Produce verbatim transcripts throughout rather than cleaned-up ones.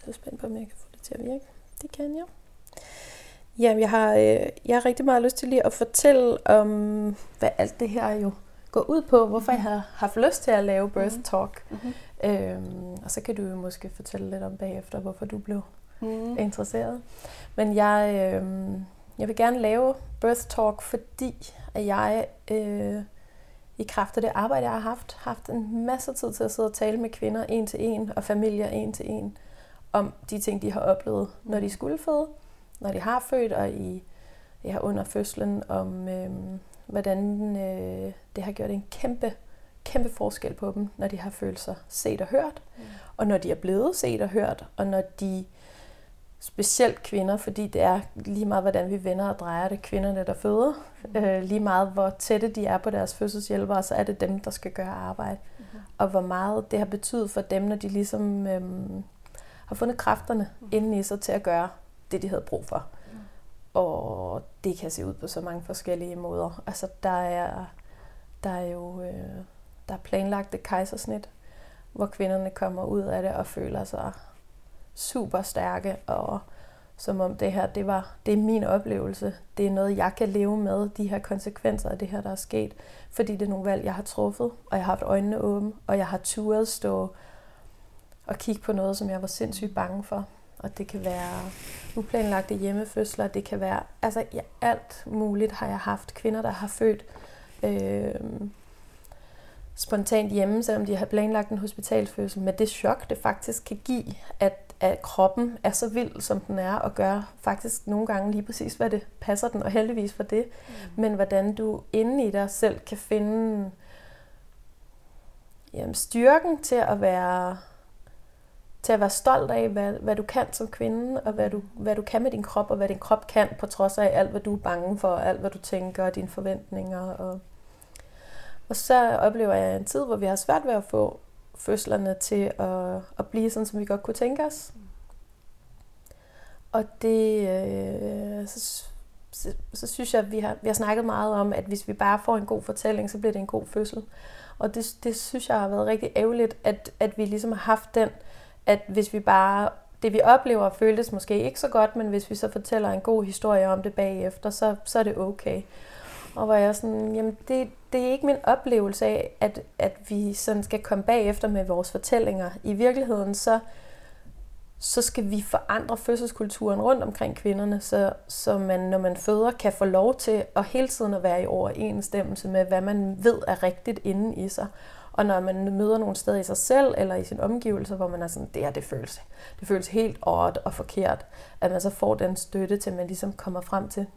så spændt på, om jeg kan få det til at virke. Det kan jeg. Ja, jeg har, øh, jeg har rigtig meget lyst til lige at fortælle om, hvad alt det her jo går ud på. Hvorfor mm-hmm. jeg har haft lyst til at lave Birth Talk. Mm-hmm. Øhm, og så kan du jo måske fortælle lidt om bagefter, hvorfor du blev mm. interesseret. Men jeg, øh, jeg vil gerne lave Birth Talk, fordi at jeg øh, i kraft af det arbejde, jeg har haft, haft en masse tid til at sidde og tale med kvinder en til en, og familier en til en, om de ting, de har oplevet, når de skulle føde, når de har født, og i, ja, under fødslen, om øh, hvordan øh, det har gjort en kæmpe, kæmpe forskel på dem, når de har følt sig set og hørt, mm. og når de er blevet set og hørt, og når de, specielt kvinder, fordi det er lige meget, hvordan vi vender og drejer det, kvinderne, der føder, mm. øh, lige meget, hvor tætte de er på deres fødselshjælpere, så er det dem, der skal gøre arbejde. Mm. Og hvor meget det har betydet for dem, når de ligesom øh, har fundet kræfterne mm. inde i sig til at gøre det, de havde brug for. Mm. Og det kan se ud på så mange forskellige måder. Altså, der er, der er jo øh, der er planlagte kejsersnit, hvor kvinderne kommer ud af det og føler sig super stærke, og som om det her, det var, det er min oplevelse. Det er noget, jeg kan leve med, de her konsekvenser af det her, der er sket, fordi det er nogle valg, jeg har truffet, og jeg har haft øjnene åbne, og jeg har turet stå og kigge på noget, som jeg var sindssygt bange for. Og det kan være uplanlagte hjemmefødsler, det kan være, altså ja, alt muligt har jeg haft. Kvinder, der har født øh, spontant hjemme, selvom de har planlagt en hospitalsfødsel, med det chok, det faktisk kan give, at, at kroppen er så vild, som den er, og gør faktisk nogle gange lige præcis, hvad det passer den, og heldigvis for det. Mm. Men hvordan du inde i dig selv kan finde jamen, styrken til at være til at være stolt af, hvad, hvad du kan som kvinde, og hvad du, hvad du kan med din krop, og hvad din krop kan, på trods af alt, hvad du er bange for, og alt, hvad du tænker, og dine forventninger. Og, og så oplever jeg en tid, hvor vi har svært ved at få fødslerne til at, at blive sådan, som vi godt kunne tænke os. Og det, øh, så, så, så synes jeg, at vi har, vi har snakket meget om, at hvis vi bare får en god fortælling, så bliver det en god fødsel. Og det, det synes jeg har været rigtig ærgerligt, at, at vi ligesom har haft den, at hvis vi bare, det vi oplever, føltes måske ikke så godt, men hvis vi så fortæller en god historie om det bagefter, så, så er det okay. Og hvor jeg sådan, jamen det, det er ikke min oplevelse af, at, at vi sådan skal komme bagefter med vores fortællinger. I virkeligheden, så, så skal vi forandre fødselskulturen rundt omkring kvinderne, så, så man, når man føder, kan få lov til at hele tiden at være i overensstemmelse med, hvad man ved er rigtigt inde i sig. Og når man møder nogle steder i sig selv, eller i sin omgivelser, hvor man er sådan, det her, det føles, det føles helt odd og forkert, at man så får den støtte til, at man ligesom kommer frem til,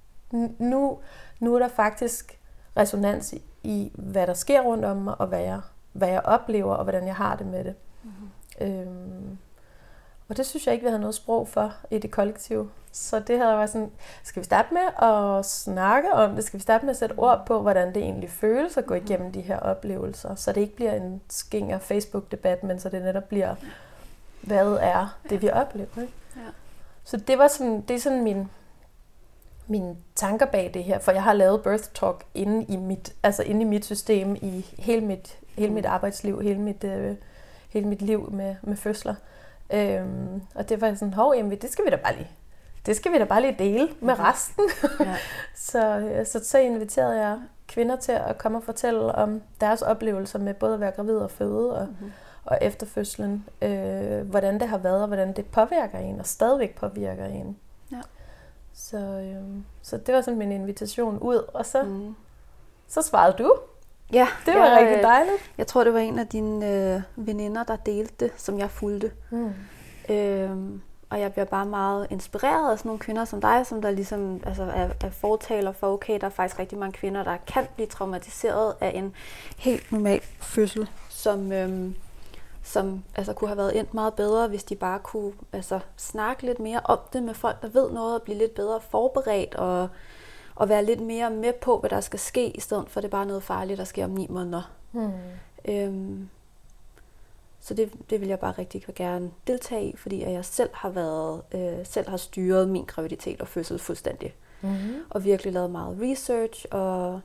nu, nu er der faktisk resonans i, i, hvad der sker rundt om mig, og hvad jeg, hvad jeg oplever, og hvordan jeg har det med det. Mm-hmm. Øhm, og det synes jeg ikke, vi havde noget sprog for i det kollektive. Så det havde været sådan, skal vi starte med at snakke om det? Skal vi starte med at sætte ord på, hvordan det egentlig føles at gå igennem de her oplevelser? Så det ikke bliver en skinger Facebook-debat, men så det netop bliver, hvad er det, vi oplever? Ikke? Ja. Så det var sådan, det er sådan min, mine tanker bag det her, for jeg har lavet Birth Talk inde i mit, altså inde i mit system, i hele mit, hele mit arbejdsliv, hele mit, øh, hele mit liv med, med fødsler. Øhm, og det var sådan, hov, jamen, det skal vi da bare lige, det skal vi da bare lige dele med resten. Ja. så, så, så inviterede jeg kvinder til at komme og fortælle om deres oplevelser med både at være gravid og føde, og, mm-hmm. og efter fødslen, øh, hvordan det har været, og hvordan det påvirker en, og stadigvæk påvirker en. Ja. Så, øh, så det var sådan min invitation ud, og så, mm. så svarede du. Ja, det var jeg, rigtig dejligt. Jeg tror, det var en af dine øh, veninder, der delte det, som jeg fulgte. Mm. Øhm, og jeg bliver bare meget inspireret af sådan nogle kvinder som dig, som der ligesom altså, er, er fortaler for, okay, der er faktisk rigtig mange kvinder, der kan blive traumatiseret af en helt normal fødsel, som, øhm, som altså, kunne have været endt meget bedre, hvis de bare kunne altså, snakke lidt mere om det med folk, der ved noget, og blive lidt bedre forberedt, og og være lidt mere med på, hvad der skal ske, i stedet for, at det bare er noget farligt, der sker om ni måneder. Hmm. Øhm, så det, det vil jeg bare rigtig gerne deltage i, fordi jeg selv har været, øh, selv har styret min graviditet og fødsel fuldstændig. Mm-hmm. Og virkelig lavet meget research, og,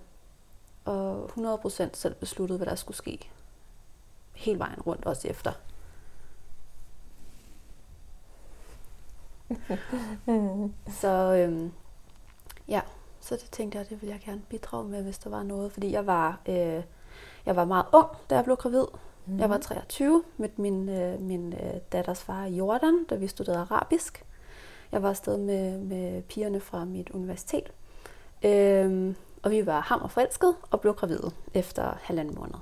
og hundrede procent selv besluttet, hvad der skulle ske. Hele vejen rundt, også efter. så øhm, ja, så det tænkte jeg, det ville jeg gerne bidrage med, hvis der var noget. Fordi jeg var, øh, jeg var meget ung, da jeg blev gravid. Mm. Jeg var treogtyve, mødte min, øh, min øh, datters far i Jordan, da vi studerede arabisk. Jeg var afsted med, med pigerne fra mit universitet. Øhm, og vi var hammerforelskede og blev gravide efter halvanden måned.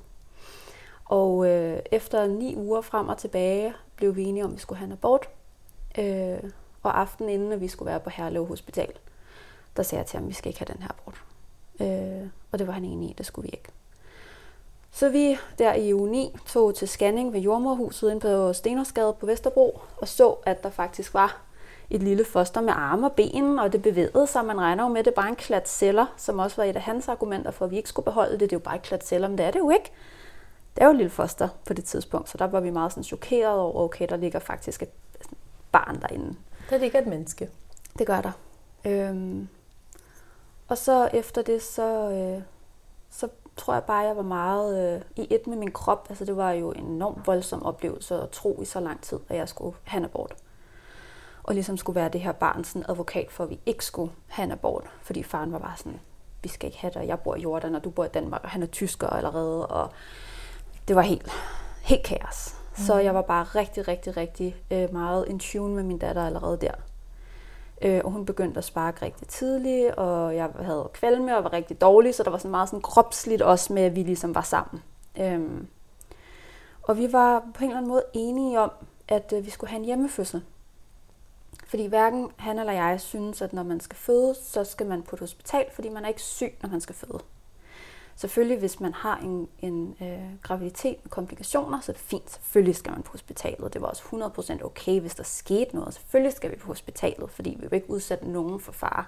Og øh, efter ni uger frem og tilbage blev vi enige om, at vi skulle have en abort. Øh, og aftenen inden, at vi skulle være på Herlev Hospital, der sagde jeg til ham, at vi skal ikke have den her abort. Øh, og det var han enig i, det skulle vi ikke. Så vi der i uge ni tog til scanning ved Jordemoderhuset inde på Stenersgade på Vesterbro, og så, at der faktisk var et lille foster med arme og ben, og det bevægede sig. Man regner jo med, at det er bare en klat celler, som også var et af hans argumenter for, at vi ikke skulle beholde det. Det er jo bare en klat celler, men det er det jo ikke. Det er jo et lille foster på det tidspunkt, så der var vi meget sådan chokeret over, okay, der ligger faktisk et barn derinde. Der ligger et menneske. Det gør der. Øhm, og så efter det, så, øh, så tror jeg bare, at jeg var meget øh, i et med min krop. Altså det var jo en enormt voldsom oplevelse at tro i så lang tid, at jeg skulle have en abort. Og ligesom skulle være det her barn sådan advokat for, at vi ikke skulle have en abort. Fordi faren var bare sådan, vi skal ikke have det, og jeg bor i Jordan, og du bor i Danmark, og han er tysker allerede. Og det var helt, helt kaos. Mm. Så jeg var bare rigtig, rigtig, rigtig øh, meget in tune med min datter allerede der. Øh, og hun begyndte at sparke rigtig tidligt, og jeg havde kvalme og var rigtig dårlig, så der var sådan meget sådan kropsligt også med, at vi ligesom var sammen. Øhm, og vi var på en eller anden måde enige om, at øh, vi skulle have en hjemmefødsel. Fordi hverken han eller jeg synes, at når man skal føde, så skal man på et hospital, fordi man er ikke syg, når man skal føde. Selvfølgelig, hvis man har en, en øh, graviditet med komplikationer, så er det fint. Selvfølgelig skal man på hospitalet. Det var også hundrede procent okay, hvis der skete noget. Selvfølgelig skal vi på hospitalet, fordi vi vil ikke udsætte nogen for fare.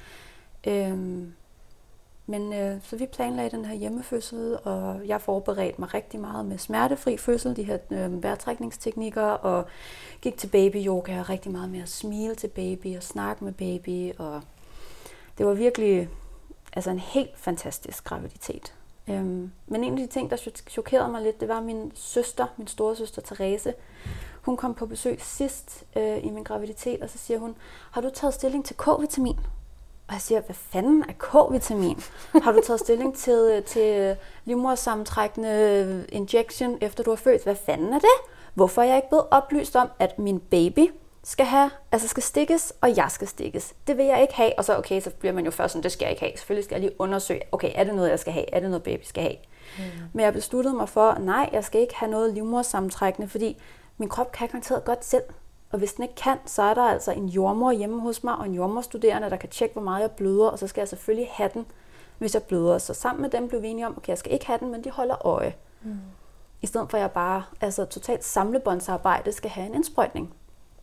Øhm, men øh, så vi planlagde den her hjemmefødsel, og jeg forberedte mig rigtig meget med smertefri fødsel, de her øh, vejrtrækningsteknikker, og gik til baby-yoga og rigtig meget med at smile til baby og snakke med baby. Og det var virkelig altså en helt fantastisk graviditet. Øhm, men en af de ting, der chokerede mig lidt, det var min søster, min storesøster Therese. Hun kom på besøg sidst øh, i min graviditet, og så siger hun, har du taget stilling til K-vitamin? Og jeg siger, hvad fanden er K-vitamin? Har du taget stilling til, til livmodersammentrækkende injection, efter du har født? Hvad fanden er det? Hvorfor er jeg ikke blevet oplyst om, at min baby skal have, altså skal stikkes, og jeg skal stikkes? Det vil jeg ikke have. Og så, okay, så bliver man jo først sådan, det skal jeg ikke have. Selvfølgelig skal jeg lige undersøge, okay, er det noget, jeg skal have? Er det noget, baby skal have? Mm. Men jeg besluttede mig for, nej, jeg skal ikke have noget livmodersammentrækkende, fordi min krop kan garanteret godt selv. Og hvis den ikke kan, så er der altså en jordmor hjemme hos mig, og en jordmorstuderende, der kan tjekke, hvor meget jeg bløder, og så skal jeg selvfølgelig have den, hvis jeg bløder. Så sammen med dem blev vi enige om, okay, jeg skal ikke have den, men de holder øje. Mm. I stedet for at jeg bare, altså totalt samlebåndsarbejde, skal have en indsprøjtning.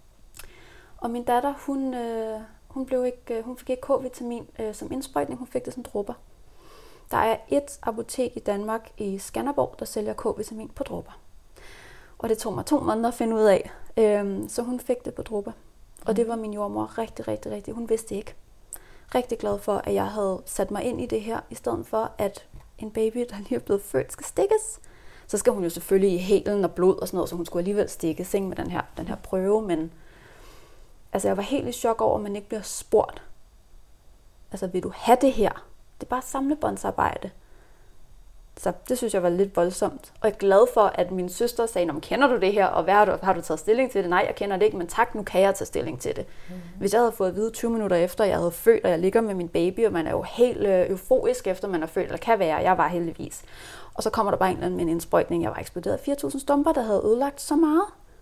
Og min datter, hun, øh, hun, blev ikke, hun fik ikke K-vitamin øh, som indsprøjtning, hun fik det som dråber. Der er et apotek i Danmark i Skanderborg, der sælger K-vitamin på dråber. Og det tog mig to måneder at finde ud af. Øhm, så hun fik det på dråber. Og det var min jordmor rigtig, rigtig, rigtig. Hun vidste ikke. Rigtig glad for, at jeg havde sat mig ind i det her, i stedet for, at en baby, der lige er blevet født, skal stikkes. Så skal hun jo selvfølgelig i hælen og blod og sådan noget, så hun skulle alligevel stikkes med den her, den her prøve. Men altså, jeg var helt i chok over, at man ikke bliver spurgt. Altså, vil du have det her? Det er bare samlebåndsarbejde. Så det synes jeg var lidt voldsomt. Og jeg er glad for, at min søster sagde, kender du det her, og hvad har du, har du taget stilling til det? Nej, jeg kender det ikke, men tak, nu kan jeg tage stilling til det. Mm-hmm. Hvis jeg havde fået at vide tyve minutter efter, jeg havde født, og jeg ligger med min baby, og man er jo helt øh, euforisk efter, man er født, eller kan være, jeg var heldigvis. Og så kommer der bare en eller anden med en indsprøjtning, jeg var eksploderet fire tusind stumper, der havde ødelagt så meget.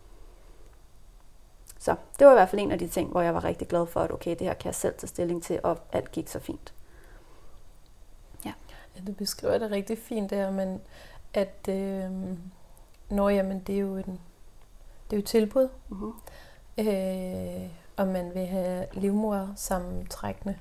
Så det var i hvert fald en af de ting, hvor jeg var rigtig glad for, at okay, det her kan jeg selv tage stilling til, og alt gik så fint. Ja, du beskriver det rigtig fint der, men at øh, når jamen, det er jo en, det er jo et tilbud, mm-hmm. øh, og man vil have livmodersammentrækkende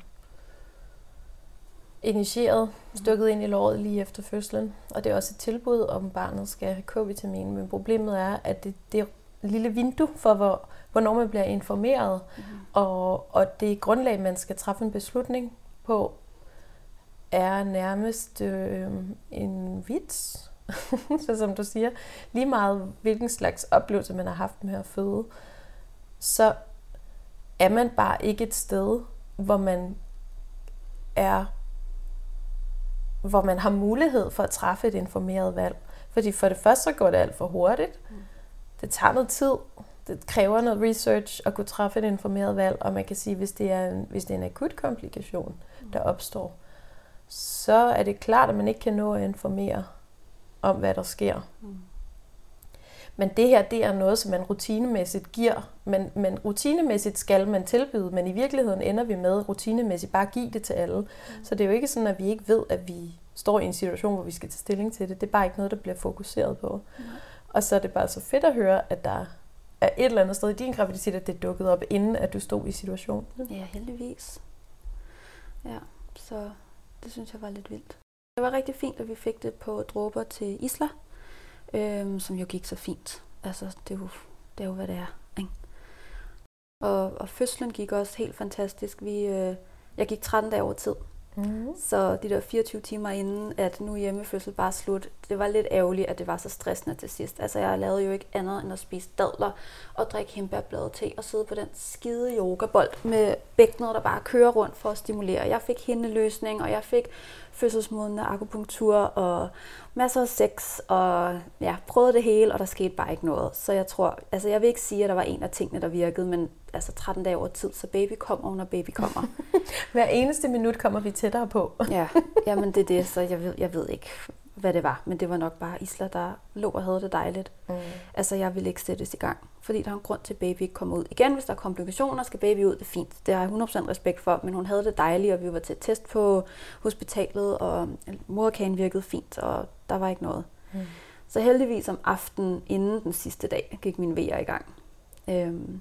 initieret, stukket ind i låret lige efter fødslen, og det er også et tilbud, om barnet skal have K-vitamin, men problemet er, at det, det er et lille vindue for, hvor, hvornår man bliver informeret, mm-hmm. og, og det grundlag, man skal træffe en beslutning på, er nærmest øh, en vits, så som du siger, lige meget hvilken slags oplevelse man har haft med at føde, så er man bare ikke et sted, hvor man er, hvor man har mulighed for at træffe et informeret valg. Fordi for det første så går det alt for hurtigt. Mm. Det tager noget tid. Det kræver noget research at kunne træffe et informeret valg, og man kan sige, hvis det er en, hvis det er en akut komplikation, mm. der opstår, så er det klart, at man ikke kan nå at informere om, hvad der sker. Mm. Men det her, det er noget, som man rutinemæssigt giver. Men, men rutinemæssigt skal man tilbyde, men i virkeligheden ender vi med rutinemæssigt bare at give det til alle. Mm. Så det er jo ikke sådan, at vi ikke ved, at vi står i en situation, hvor vi skal tage stilling til det. Det er bare ikke noget, der bliver fokuseret på. Mm. Og så er det bare så fedt at høre, at der er et eller andet sted i din graviditet, at det dukkede op, inden at du stod i situationen. Ja, heldigvis. Ja, så det synes jeg var lidt vildt. Det var rigtig fint, at vi fik det på dråber til Isla, øhm, som jo gik så fint. Altså, det er jo, det er jo hvad det er. Ikke? Og, og fødslen gik også helt fantastisk. Vi, øh, jeg gik tretten dage over tid. Mm-hmm. Så de der fireogtyve timer inden, at nu hjemmefødsel bare slut, det var lidt ærgerligt, at det var så stressende til sidst. Altså jeg lavede jo ikke andet end at spise dadler og drikke hindbærblade te og sidde på den skide yogabold med bækkenet, der bare kører rundt for at stimulere. Jeg fik hindeløsning, og jeg fik fødselsmodende akupunktur og masser af sex, og ja, prøvede det hele, og der skete bare ikke noget. Så jeg tror, altså jeg vil ikke sige, at der var en af tingene, der virkede, men altså tretten dage over tid, så baby kommer, når baby kommer. Hver eneste minut kommer vi tættere på. Ja, jamen det er det, så jeg ved, jeg ved ikke, hvad det var, men det var nok bare Isla, der lå og havde det dejligt. Mm. Altså jeg ville ikke sættes i gang, fordi der er en grund til, at baby ikke kommer ud. Igen, hvis der er komplikationer, skal baby ud, det er fint. Det har jeg hundrede procent respekt for, men hun havde det dejligt, og vi var til test på hospitalet, og moderkagen virkede fint, og der var ikke noget. Mm. Så heldigvis om aftenen inden den sidste dag, gik min vejer i gang. Øhm,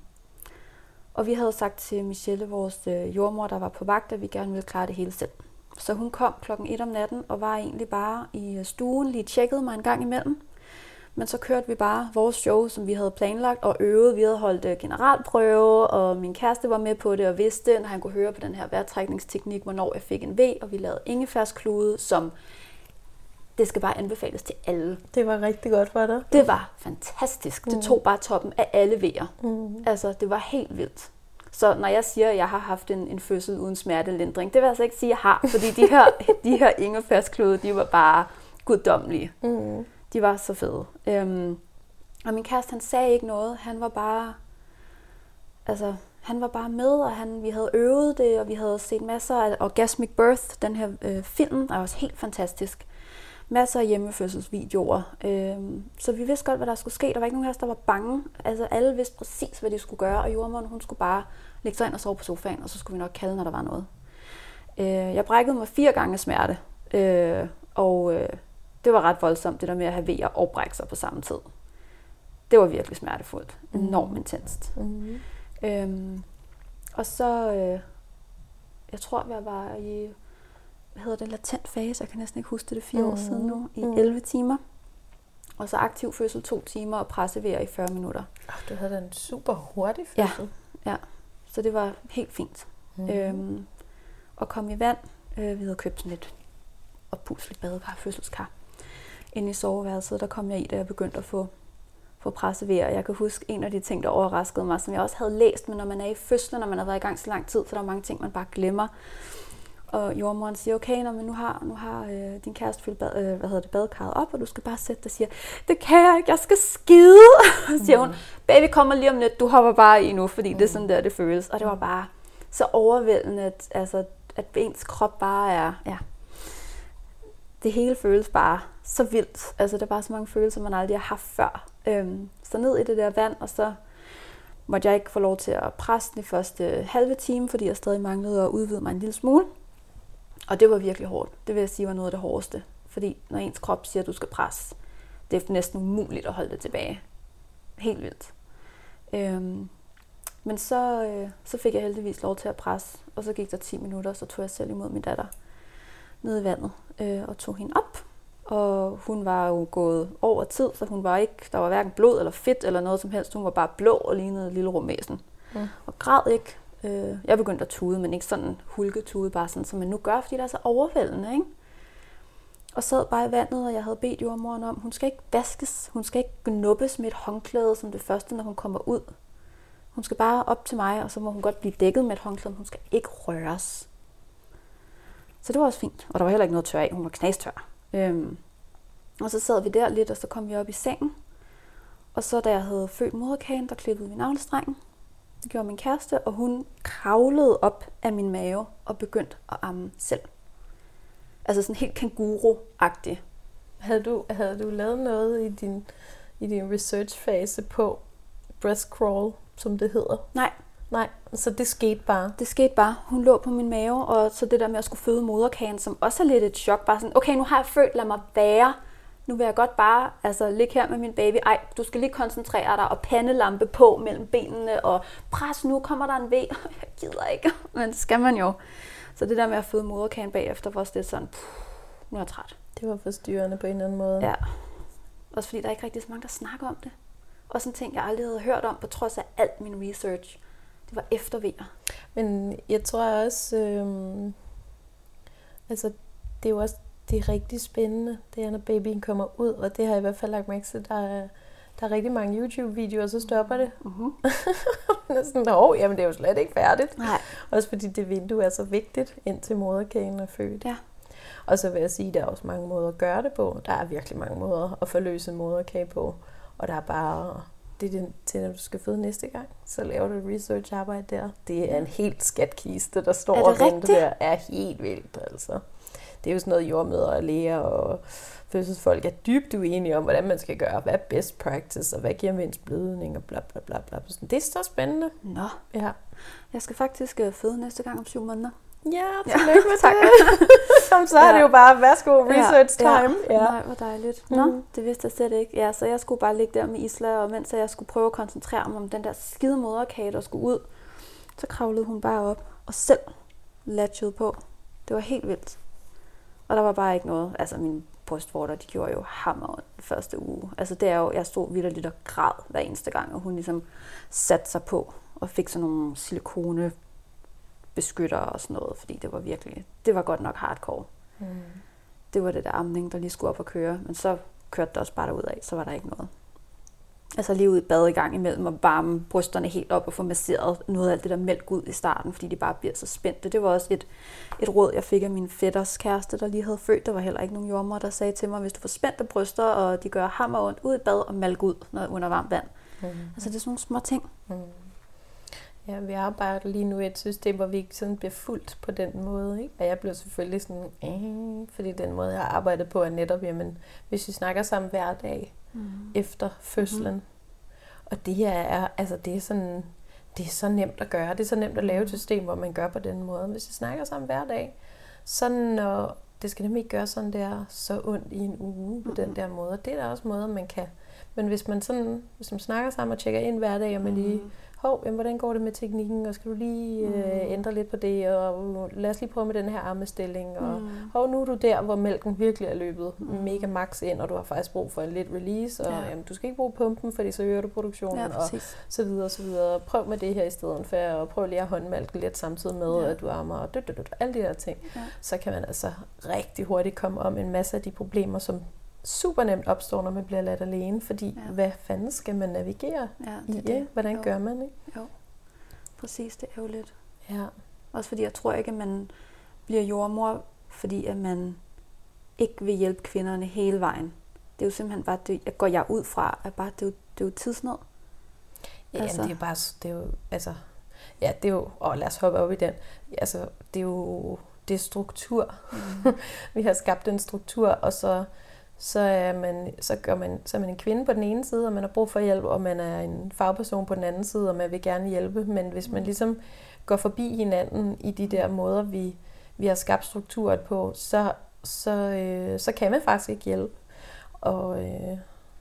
og vi havde sagt til Michelle, vores øh, jordmor, der var på vagt, at vi gerne ville klare det hele selv. Så hun kom klokken et om natten og var egentlig bare i stuen, lige tjekkede mig en gang imellem. Men så kørte vi bare vores show, som vi havde planlagt og øvet. Vi havde holdt generalprøve, og min kæreste var med på det og vidste, når han kunne høre på den her vejrtrækningsteknik, hvornår jeg fik en V, og vi lavede ingefærsklude, som det skal bare anbefales til alle. Det var rigtig godt for dig. Det var fantastisk. Det tog bare toppen af alle V'er. Mm. Altså, det var helt vildt. Så når jeg siger, at jeg har haft en, en fødsel uden smertelindring, det vil jeg altså ikke sige, at jeg har, fordi de her, de her ingefærsklude, de var bare guddommelige. Mm. De var så fede. Øhm, og min kæreste, han sagde ikke noget. Han var bare, altså, han var bare med, og han, vi havde øvet det, og vi havde set masser af Orgasmic Birth, den her øh, film, er også helt fantastisk. Masser af hjemmefødselsvideoer. Øhm, så vi vidste godt, hvad der skulle ske. Der var ikke nogen af os, der var bange. Altså alle vidste præcis, hvad de skulle gøre, og jordmoren, hun skulle bare lægge sig ind og sove på sofaen, og så skulle vi nok kalde, når der var noget. Øh, jeg brækkede mig fire gange smerte, øh, og øh, det var ret voldsomt, det der med at have vejer og brække sig på samme tid. Det var virkelig smertefuldt. Mm. Enormt intenst. Mm. Øhm, og så, øh, jeg tror, jeg var i, hvad hedder det, latent fase, jeg kan næsten ikke huske det, det er fire mm. år siden nu, i mm. elleve timer. Og så aktiv fødsel to timer, og pressevejer i fyrre minutter. Oh, du havde da en super hurtig fødsel. Ja, ja. Så det var helt fint. Mm. Øhm, og kom i vand. Øh, vi havde købt sådan et oppusligt badekar, fødselskar. Inde i soveværelset, der kom jeg i, da jeg begyndte at få, få pressevejer. Jeg kan huske en af de ting, der overraskede mig, som jeg også havde læst, men når man er i fødslen, når man har været i gang så lang tid, så der er mange ting, man bare glemmer. Og jordmoren siger, okay, når man nu har, nu har øh, din kæreste fyldt bad, øh, hvad hedder det, badekarret op, og du skal bare sætte dig og siger, det kan jeg ikke, jeg skal skide. Så siger hun, baby kommer lige om lidt, du hopper bare i nu, fordi mm. det er sådan der, det føles. Og det var bare så overvældende, at, altså, at ens krop bare er, ja, det hele føles bare så vildt. Altså, det er bare så mange følelser, man aldrig har haft før. Øhm, så ned i det der vand, og så måtte jeg ikke få lov til at presse den i første halve time, fordi jeg stadig manglede at udvide mig en lille smule. Og det var virkelig hårdt. Det vil jeg sige var noget af det hårdeste. Fordi når ens krop siger, at du skal presse, det er næsten umuligt at holde det tilbage. Helt vildt. Øhm, men så, øh, så fik jeg heldigvis lov til at presse, og så gik der ti minutter, så tog jeg selv imod min datter ned i vandet øh, og tog hende op. Og hun var jo gået over tid, så hun var ikke, der var hverken blod eller fedt eller noget som helst. Hun var bare blå og lignede en lille rumvæsen. Mm. Og græd ikke. Øh, jeg begyndte at tude, men ikke sådan hulketude, bare sådan, som man nu gør, fordi det er så overvældende, ikke? Og sad bare i vandet, og jeg havde bedt jordmoren om, hun skal ikke vaskes, hun skal ikke knuppes med et håndklæde som det første, når hun kommer ud. Hun skal bare op til mig, og så må hun godt blive dækket med et håndklæde, hun skal ikke røres. Så det var også fint, og der var heller ikke noget tør af, hun var knastør. Øhm, og så sad vi der lidt, og så kom vi op i sengen. Og så da jeg havde født moderkagen, der klippede vi navlestrengen. Det gjorde min kæreste, og hun kravlede op af min mave og begyndte at amme selv. Altså sådan helt kanguru-agtig. Havde du, havde du lavet noget i din, i din research-fase på breast crawl, som det hedder? Nej. Nej, så det skete bare? Det skete bare. Hun lå på min mave, og så det der med at skulle føde moderkagen, som også er lidt et chok. Bare sådan, okay, nu har jeg født, lad mig være. Nu vil jeg godt bare altså, ligge her med min baby. Ej, du skal lige koncentrere dig og pandelampe på mellem benene, og pres, nu kommer der en V. Jeg gider ikke, men det skal man jo. Så det der med at føde moderkagen bagefter, var også lidt sådan, pff, nu er jeg træt. Det var forstyrrende på en eller anden måde. Ja, også fordi der er ikke rigtig så mange, der snakker om det. Og sådan ting, jeg aldrig havde hørt om, på trods af alt min research. Det var efter V'er. Men jeg tror også, øh, altså det er jo også det er rigtig spændende, det er, når babyen kommer ud, og det har jeg i hvert fald lagt mærke til, der er, der er rigtig mange YouTube-videoer, og så stopper det. Uh-huh. sådan, åh, jamen det er jo slet ikke færdigt. Nej. Også fordi det vindue er så vigtigt, indtil moderkagen er født. Ja. Og så vil jeg sige, at der er også mange måder at gøre det på. Der er virkelig mange måder at forløse en moderkage på. Og der er bare, det er til, når du skal føde næste gang, så laver du et research-arbejde der. Det er en helt skatkiste, der står og venter der. Er helt vildt, altså. Det er jo sådan noget, jordmødre og læger og fødselsfolk er dybt uenige om, hvordan man skal gøre. Hvad er best practice, og hvad giver mindst blødning, og bla bla bla bla. Det er så spændende. Nå. Ja. Jeg skal faktisk føde næste gang om syv måneder. Ja, tillykke med det. Så er det jo bare, værsgo, research time. Ja. Ja. Nej, hvor dejligt. Nå, mm. det vidste jeg slet ikke. Ja, så jeg skulle bare ligge der med Isla, og mens jeg skulle prøve at koncentrere mig om den der skide moderkage, der skulle ud, så kravlede hun bare op og selv latchede på. Det var helt vildt. Og der var bare ikke noget. Altså mine brystvorter, de gjorde jo hammer den første uge. Altså det er jo, jeg stod vitterligt og græd hver eneste gang, og hun ligesom satte sig på og fik sådan nogle silikone beskytter og sådan noget, fordi det var virkelig, det var godt nok hardcore. Mm. Det var det der amning, der lige skulle op og køre, men så kørte det også bare derud af, så var der ikke noget. Altså lige ud i bad i gang imellem og varme brysterne helt op og få masseret noget af alt det der mælk ud i starten, fordi de bare bliver så spændte. Det var også et, et råd, jeg fik af min fætters kæreste, der lige havde født. Der var heller ikke nogen jordmor, der sagde til mig, hvis du får spændte bryster, og de gør hammer ondt, ud i bad og mælk ud under varmt vand. Mm. Altså det er sådan nogle små ting. Mm. Ja, vi arbejder lige nu i et system, hvor vi ikke sådan bliver fuldt på den måde, ikke? Og jeg bliver selvfølgelig sådan, øh, fordi den måde, jeg har arbejdet på, er netop, jamen, hvis vi snakker sammen hver dag mm. efter fødslen. Mm. Og det her er, altså det er sådan, det er så nemt at gøre. Det er så nemt at lave et system, hvor man gør på den måde. Hvis vi snakker sammen hver dag, sådan, når det skal nemlig ikke gøre sådan der, så ondt i en uge på mm. den der måde. Det er der også måder, man kan. Men hvis man sådan, hvis man snakker sammen og tjekker ind hver dag, og man lige, hov, jamen, hvordan går det med teknikken, og skal du lige øh, ændre lidt på det, og lad os lige prøve med den her armestilling, og mm. hov, nu er du der, hvor mælken virkelig er løbet mm. mega max ind, og du har faktisk brug for en lidt release, og ja. jamen, du skal ikke bruge pumpen, fordi så øger du produktionen, ja, og så videre, og så videre. Prøv med det her i stedet for, og prøv lige at håndmælke lidt samtidig med, ja. at du ammer, og død, død, død, alle de der ting. Ja. Så kan man altså rigtig hurtigt komme om en masse af de problemer, som super nemt opstår, når man bliver ladt alene, fordi ja. hvad fanden skal man navigere ja, det i? Det. Hvordan jo. gør man, ikke? Jo, præcis, det er jo lidt. Ja. Også fordi jeg tror ikke, at man bliver jordmor, fordi at man ikke vil hjælpe kvinderne hele vejen. Det er jo simpelthen bare, det jeg går jeg ud fra, at bare, det, er jo, det er jo tidsnød. Ja, altså. det er bare, det er jo, altså, ja, det er jo, åh, lad os hoppe op i den. Altså, det er jo, det er struktur. Mm. Vi har skabt en struktur, og så Så er, man, så, gør man, så er man en kvinde på den ene side, og man har brug for hjælp, og man er en fagperson på den anden side, og man vil gerne hjælpe. Men hvis man ligesom går forbi hinanden i de der måder, vi, vi har skabt strukturet på, så, så, øh, så kan man faktisk ikke hjælpe. Og øh,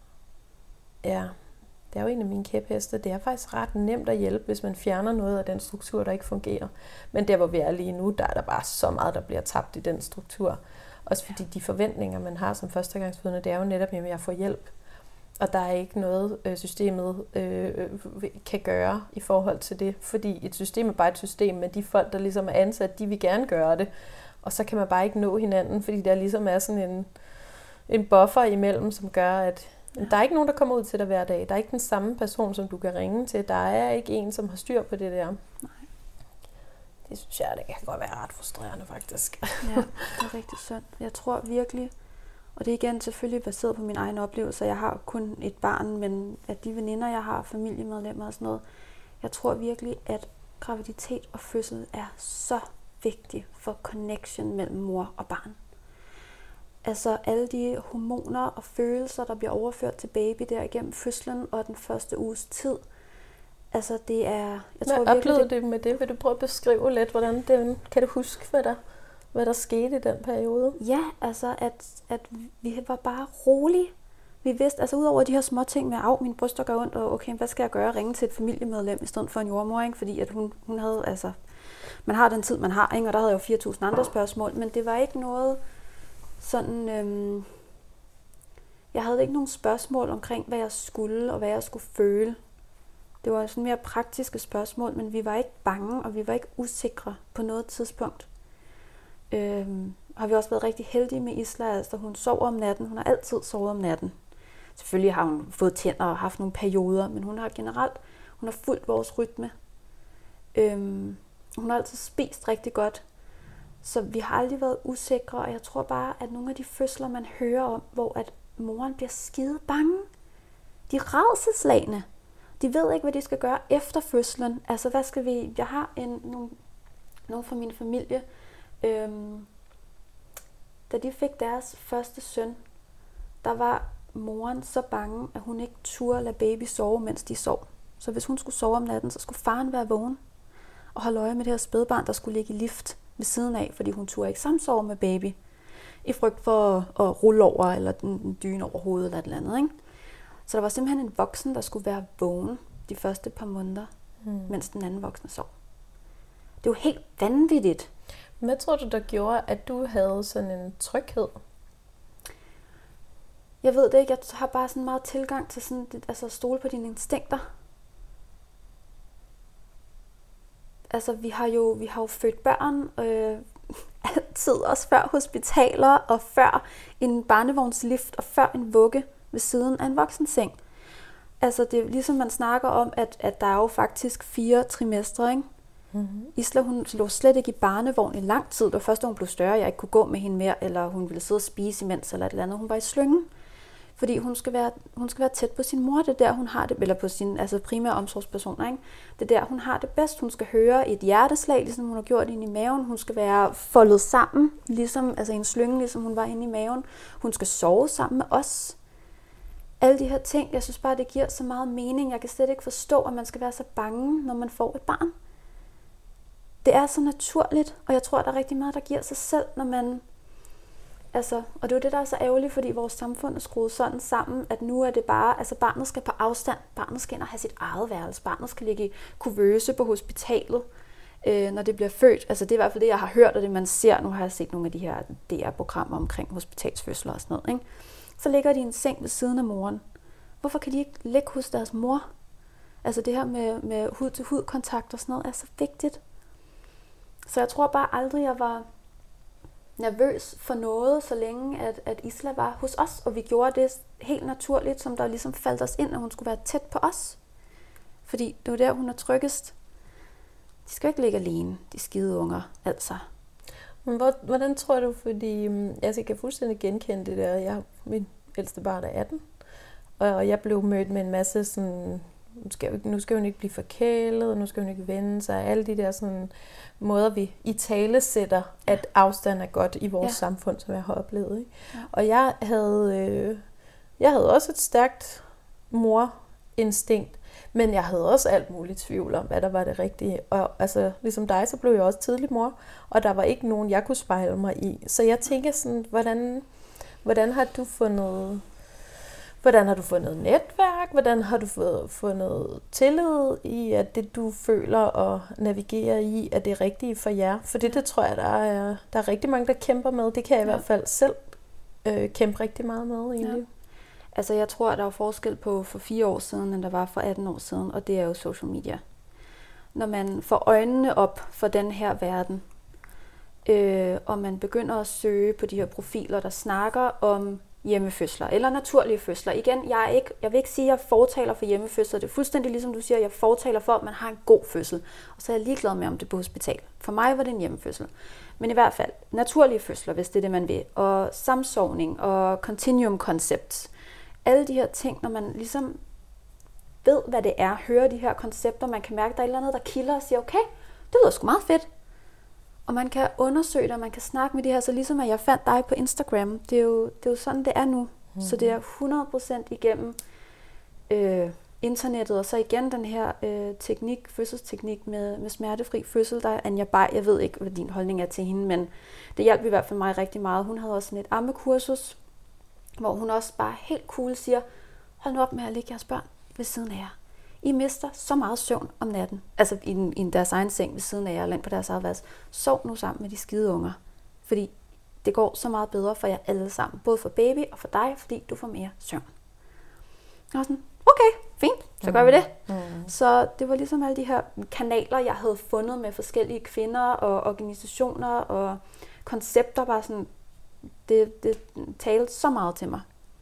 ja, det er jo en af mine kæpheste. Det er faktisk ret nemt at hjælpe, hvis man fjerner noget af den struktur, der ikke fungerer. Men der, hvor vi er lige nu, der er der bare så meget, der bliver tabt i den struktur. Også fordi de forventninger, man har som førstegangsfødende, det er jo netop, at jeg får hjælp. Og der er ikke noget, øh, systemet øh, kan gøre i forhold til det. Fordi et system er bare et system, men de folk, der ligesom er ansat, de vil gerne gøre det. Og så kan man bare ikke nå hinanden, fordi der ligesom er sådan en, en buffer imellem, som gør, at Ja. Der er ikke nogen, der kommer ud til dig hver dag. Der er ikke den samme person, som du kan ringe til. Der er ikke en, som har styr på det der. Nej. Det synes jeg, det kan godt være ret frustrerende, faktisk. Ja, det er rigtig synd. Jeg tror virkelig, og det er igen selvfølgelig baseret på min egen oplevelse. Jeg har kun et barn, men at de veninder, jeg har, familiemedlemmer og sådan noget, jeg tror virkelig, at graviditet og fødsel er så vigtig for connection mellem mor og barn. Altså alle de hormoner og følelser, der bliver overført til baby der igennem fødslen og den første uges tid. Altså det er... Jeg hvad tror virkelig, oplevede det... du med det? Vil du prøve at beskrive lidt, hvordan det, kan du huske, hvad der, hvad der skete i den periode? Ja, altså at, at vi var bare rolige. Vi vidste, altså udover de her små ting med, at min bryster gør ondt, og okay, hvad skal jeg gøre? Ringe til et familiemedlem i stedet for en jordmor, ikke? Fordi at hun, hun havde, altså... Man har den tid, man har, ikke? Og der havde jeg jo fire tusind andre spørgsmål, men det var ikke noget sådan... Øhm, jeg havde ikke nogen spørgsmål omkring, hvad jeg skulle, og hvad jeg skulle føle. Det var sådan mere praktiske spørgsmål, men vi var ikke bange, og vi var ikke usikre på noget tidspunkt. Øhm, har vi også været rigtig heldige med Isla, altså hun sover om natten. Hun har altid sovet om natten. Selvfølgelig har hun fået tænder og haft nogle perioder, men hun har generelt, hun har fulgt vores rytme. Øhm, hun har altid spist rigtig godt. Så vi har aldrig været usikre, og jeg tror bare, at nogle af de fødsler, man hører om, hvor at moren bliver skide bange, de er rædselsslagne. De ved ikke, hvad de skal gøre efter fødslen. Altså, hvad skal vi... Jeg har en, nogle, nogle fra min familie, øhm, da de fik deres første søn, der var moren så bange, at hun ikke turde lade baby sove, mens de sov. Så hvis hun skulle sove om natten, så skulle faren være vågen og holde øje med det her spædbarn, der skulle ligge i lift ved siden af, fordi hun turde ikke samsove med baby, i frygt for at, at rulle over, eller en dyne over hovedet, eller et eller andet, ikke? Så der var simpelthen en voksen, der skulle være vågen de første par måneder, hmm. mens den anden voksne sov. Det var helt vanvittigt. Hvad tror du, der gjorde, at du havde sådan en tryghed? Jeg ved det ikke. Jeg har bare sådan meget tilgang til sådan, altså at stole på dine instinkter. Altså, vi har jo, vi har jo født børn, øh, altid også før hospitaler, og før en barnevognslift, og før en vugge ved siden af en voksenseng. Altså, det er ligesom man snakker om, at, at der er jo faktisk fire trimestre, ikke? Mm-hmm. Isla, hun lå slet ikke i barnevogn i lang tid. Det var først, da hun blev større, jeg ikke kunne gå med hende mere, eller hun ville sidde og spise imens, eller et eller andet. Hun var i slyngen, fordi hun skal være, hun skal være tæt på sin mor. Det er der, hun har det, eller på sin altså primære omsorgspersoner, ikke? Det er der, hun har det bedst. Hun skal høre et hjerteslag, ligesom hun har gjort inde i maven. Hun skal være foldet sammen, ligesom, altså i en slynge, ligesom hun var inde i maven. Hun skal sove sammen med os. Alle de her ting, jeg synes bare, det giver så meget mening. Jeg kan slet ikke forstå, at man skal være så bange, når man får et barn. Det er så naturligt, og jeg tror, at der er rigtig meget, der giver sig selv, når man... Altså, og det er jo det, der er så ærgerligt, fordi vores samfund er skruet sådan sammen, at nu er det bare... Altså, barnet skal på afstand. Barnet skal ind og have sit eget værelse. Barnet skal ligge i kuvøse på hospitalet, øh, når det bliver født. Altså, det er i hvert fald det, jeg har hørt, og det man ser. Nu har jeg set nogle af de her D R-programmer omkring hospitalsfødsler og sådan noget, ikke? Så ligger de i en seng ved siden af moren. Hvorfor kan de ikke ligge hos deres mor? Altså, det her med, med hud-til-hud-kontakt og sådan noget er så vigtigt. Så jeg tror bare aldrig, jeg var nervøs for noget, så længe at, at Isla var hos os, og vi gjorde det helt naturligt, som der ligesom faldt os ind, at hun skulle være tæt på os. Fordi det var der, hun er tryggest. De skal ikke ligge alene, de skide unger, altså. Men hvordan tror du, fordi altså, jeg kan fuldstændig genkende det der, jeg, min ældste barn er atten, og jeg blev mødt med en masse sådan, nu skal, nu skal hun ikke blive forkælet, nu skal hun ikke vende sig, alle de der sådan måder, vi i tale sætter, at afstand er godt i vores ja. samfund, som jeg har oplevet. Ikke? Ja. Og jeg havde, øh, jeg havde også et stærkt morinstinkt, men jeg havde også alt muligt tvivl om, hvad der var det rigtige. Og altså, ligesom dig, så blev jeg også tidlig mor, og der var ikke nogen, jeg kunne spejle mig i. Så jeg tænker sådan, hvordan, hvordan har du fundet... Hvordan har du fundet netværk? Hvordan har du fået fundet tillid i, at det, du føler og navigerer i, er det rigtige for jer? For det, det tror jeg, der er, der er rigtig mange, der kæmper med. Det kan jeg i ja. hvert fald selv øh, kæmpe rigtig meget med egentlig. Ja. Altså, jeg tror, at der er forskel på for fire år siden, end der var for atten år siden, og det er jo social media. Når man får øjnene op for den her verden, øh, og man begynder at søge på de her profiler, der snakker om hjemmefødsler eller naturlige fødsler. Igen, jeg, er ikke, jeg vil ikke sige, at jeg fortaler for hjemmefødsler. Det er fuldstændig ligesom du siger, at jeg fortaler for, at man har en god fødsel. Og så er jeg ligeglad med, om det er på hospital. For mig var det en hjemmefødsel. Men i hvert fald naturlige fødsler, hvis det er det, man vil. Og samsovning og continuum-koncept. Alle de her ting, når man ligesom ved, hvad det er, hører de her koncepter, man kan mærke, at der er et eller andet, der kilder og siger, okay, det lyder sgu meget fedt. Og man kan undersøge det, og man kan snakke med de her, så ligesom at jeg fandt dig på Instagram, det er jo, det er jo sådan, det er nu. Mm. Så det er hundrede procent igennem øh, internettet, og så igen den her øh, teknik, fødselsteknik med, med smertefri fødsel, der er Anja Bay. Jeg ved ikke, hvad din holdning er til hende, men det hjalp i hvert fald mig rigtig meget. Hun havde også sådan et ammekursus, hvor hun også bare helt cool siger, hold nu op med at lægge jeres børn ved siden af jer. I mister så meget søvn om natten, altså i, den, i deres egen seng ved siden af jer, eller ind på deres eget værelse. Sov nu sammen med de skide unger, fordi det går så meget bedre for jer alle sammen, både for baby og for dig, fordi du får mere søvn. Og sådan, okay, fint, så gør vi det. Mm. Så det var ligesom alle de her kanaler, jeg havde fundet med forskellige kvinder og organisationer og koncepter, bare sådan, det, det talte så meget til mig.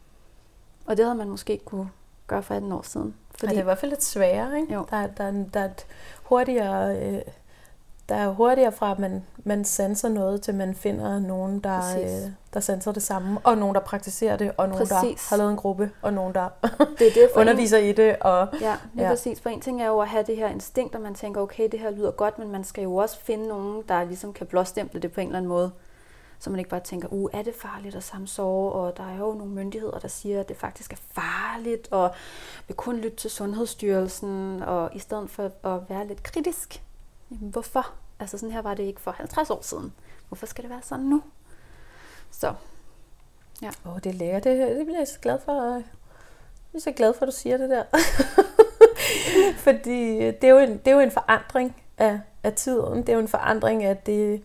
Og det havde man måske ikke kunne gøre for atten år siden. Fordi ja, det er i hvert fald lidt sværere, ikke? Jo. Der, der, der er et hurtigere, øh, der er hurtigere fra, at man, man sanser noget, til man finder nogen, der, øh, der sanser det samme, og nogen, der praktiserer det, og nogen, præcis. Der har lavet en gruppe, og nogen, der det er det underviser en... i det. Og, ja, det er ja. præcis. For en ting er jo at have det her instinkt, og man tænker, okay, det her lyder godt, men man skal jo også finde nogen, der ligesom kan blåstemple det på en eller anden måde. Så man ikke bare tænker, uh, er det farligt at samsove? Og der er jo nogle myndigheder, der siger, at det faktisk er farligt, og vil kun lytte til Sundhedsstyrelsen, og i stedet for at være lidt kritisk. Jamen, hvorfor? Altså sådan her var det ikke for halvtreds år siden. Hvorfor skal det være sådan nu? Så, ja. Åh, oh, det er lækkert. Det, det bliver jeg så glad for. Jeg er så glad for, at du siger det der. Fordi det er, jo en, det er jo en forandring af, af tiden. Det er jo en forandring af det...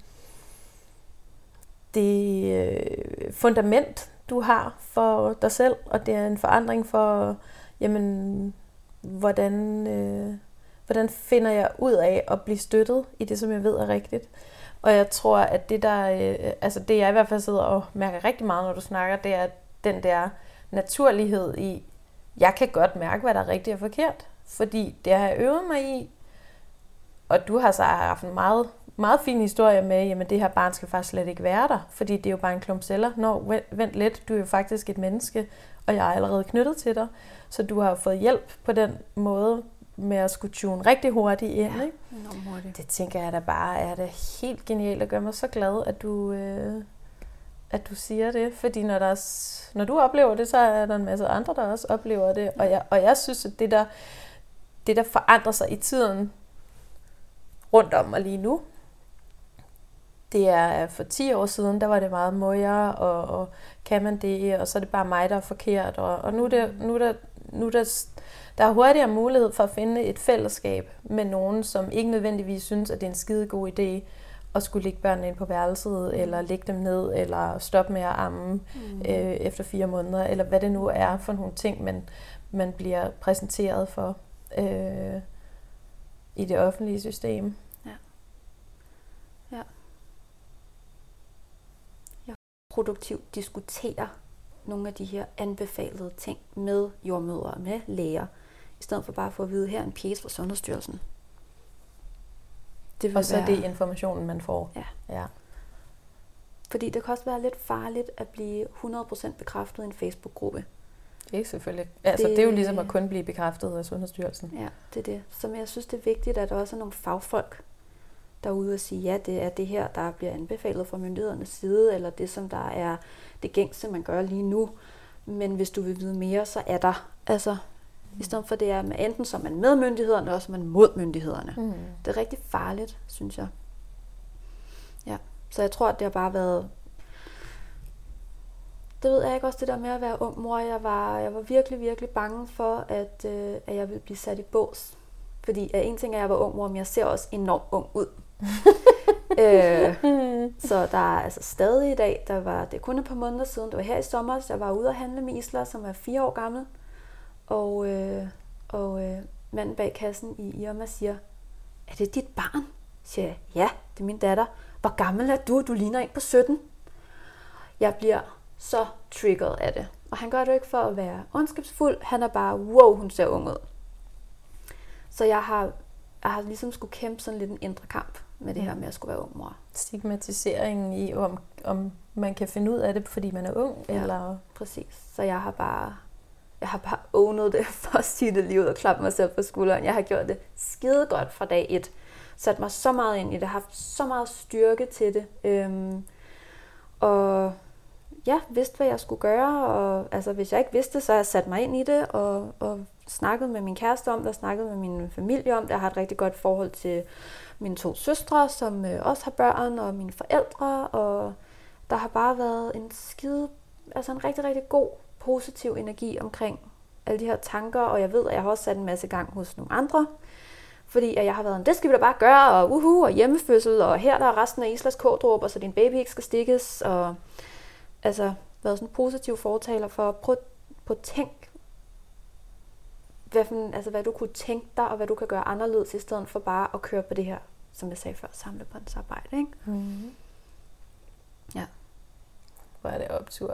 det øh, fundament, du har for dig selv, og det er en forandring for, jamen, hvordan, øh, hvordan finder jeg ud af at blive støttet i det, som jeg ved er rigtigt. Og jeg tror, at det der, øh, altså det jeg i hvert fald sidder og mærker rigtig meget, når du snakker, det er den der naturlighed i, jeg kan godt mærke, hvad der er rigtigt og forkert, fordi det har jeg øvet mig i, og du har så haft en meget meget fin historie med, jamen det her barn skal faktisk slet ikke være der, fordi det er jo bare en klump celler. Nå, vent lidt, du er jo faktisk et menneske, og jeg er allerede knyttet til dig. Så du har fået hjælp på den måde med at skulle tune rigtig hurtigt ind. Ja, ikke? enormt hurtigt. Det tænker jeg da bare er det helt genialt at gøre mig så glad, at du, øh, at du siger det. Fordi når, der er, når du oplever det, så er der en masse andre, der også oplever det. Og jeg, og jeg synes, at det der, det der forandrer sig i tiden rundt om mig lige nu, det er for ti år siden, der var det meget møjer, og, og kan man det, og så er det bare mig, der er forkert. Og, og nu er det, nu er der, nu er der, der er hurtigere mulighed for at finde et fællesskab med nogen, som ikke nødvendigvis synes, at det er en skide god idé at skulle lægge børnene ind på værelset, mm. eller lægge dem ned, eller stoppe med at amme mm. øh, efter fire måneder, eller hvad det nu er for nogle ting, man, man bliver præsenteret for øh, i det offentlige system. Ja. Ja. Produktivt diskutere nogle af de her anbefalede ting med jordmødre og med læger, i stedet for bare at få at vide, her en pjece fra Sundhedsstyrelsen. Det og så være... det er informationen, man får. Ja. ja. Fordi det kan også være lidt farligt at blive hundrede procent bekræftet i en Facebook-gruppe. Det er selvfølgelig. Altså, det... det er jo ligesom at kun blive bekræftet af Sundhedsstyrelsen. Ja, det er det. Så jeg synes, det er vigtigt, at der også er nogle fagfolk, der er ude og sige, ja, det er det her, der bliver anbefalet fra myndighedernes side, eller det, som der er det gængse, man gør lige nu. Men hvis du vil vide mere, så er der. Altså, mm. i stedet for det er, man enten så er man med myndighederne, eller så er man mod myndighederne. Mm. Det er rigtig farligt, synes jeg. Ja, så jeg tror, at det har bare været... Det ved jeg ikke også, det der med at være ung mor. Jeg var, jeg var virkelig, virkelig bange for, at, øh, at jeg ville blive sat i bås. Fordi at en ting er, at jeg var ung mor, men jeg ser også enormt ung ud. øh, så der er altså stadig i dag, der var, det er kun et par måneder siden, det var her i sommer, så jeg var ude at handle med Isla, som er fire år gammel, og, øh, og øh, manden bag kassen i Irma siger, er det dit barn? Siger jeg, ja, det er min datter. Hvor gammel er du? Du ligner en på sytten. Jeg bliver så triggeret af det. Og han gør det ikke for at være ondskabsfuld, han er bare, wow, hun ser ung ud. Så jeg har, jeg har ligesom skulle kæmpe sådan lidt en indre kamp med det her med at skulle være ung mor. Stigmatiseringen i, om, om man kan finde ud af det, fordi man er ung, ja, eller... præcis. Så jeg har bare, jeg har bare ownet det, for at sige det lige ud og klappe mig selv på skulderen. Jeg har gjort det skide godt fra dag et. Sat mig så meget ind i det, haft så meget styrke til det. Øhm, og ja, vidste, hvad jeg skulle gøre. Og altså, hvis jeg ikke vidste, så har jeg sat mig ind i det, og, og snakket med min kæreste om det, og snakket med min familie om det. Jeg har et rigtig godt forhold til mine to søstre, som øh, også har børn, og mine forældre. Og der har bare været en skide, altså en rigtig, rigtig god, positiv energi omkring alle de her tanker. Og jeg ved, at jeg har også sat en masse gang hos nogle andre. Fordi at jeg har været, det skal vi da bare gøre, og uhu, og hjemmefødsel, og her der er resten af Islas K-dråber, så din baby ikke skal stikkes. Og altså været sådan en positiv fortaler for at prøve på at tænke, hvad, for, altså, hvad du kunne tænke dig, og hvad du kan gøre anderledes, i stedet for bare at køre på det her, som jeg sagde før, samlebåndsarbejde, ikke? Mm. Ja. Hvor er det optur.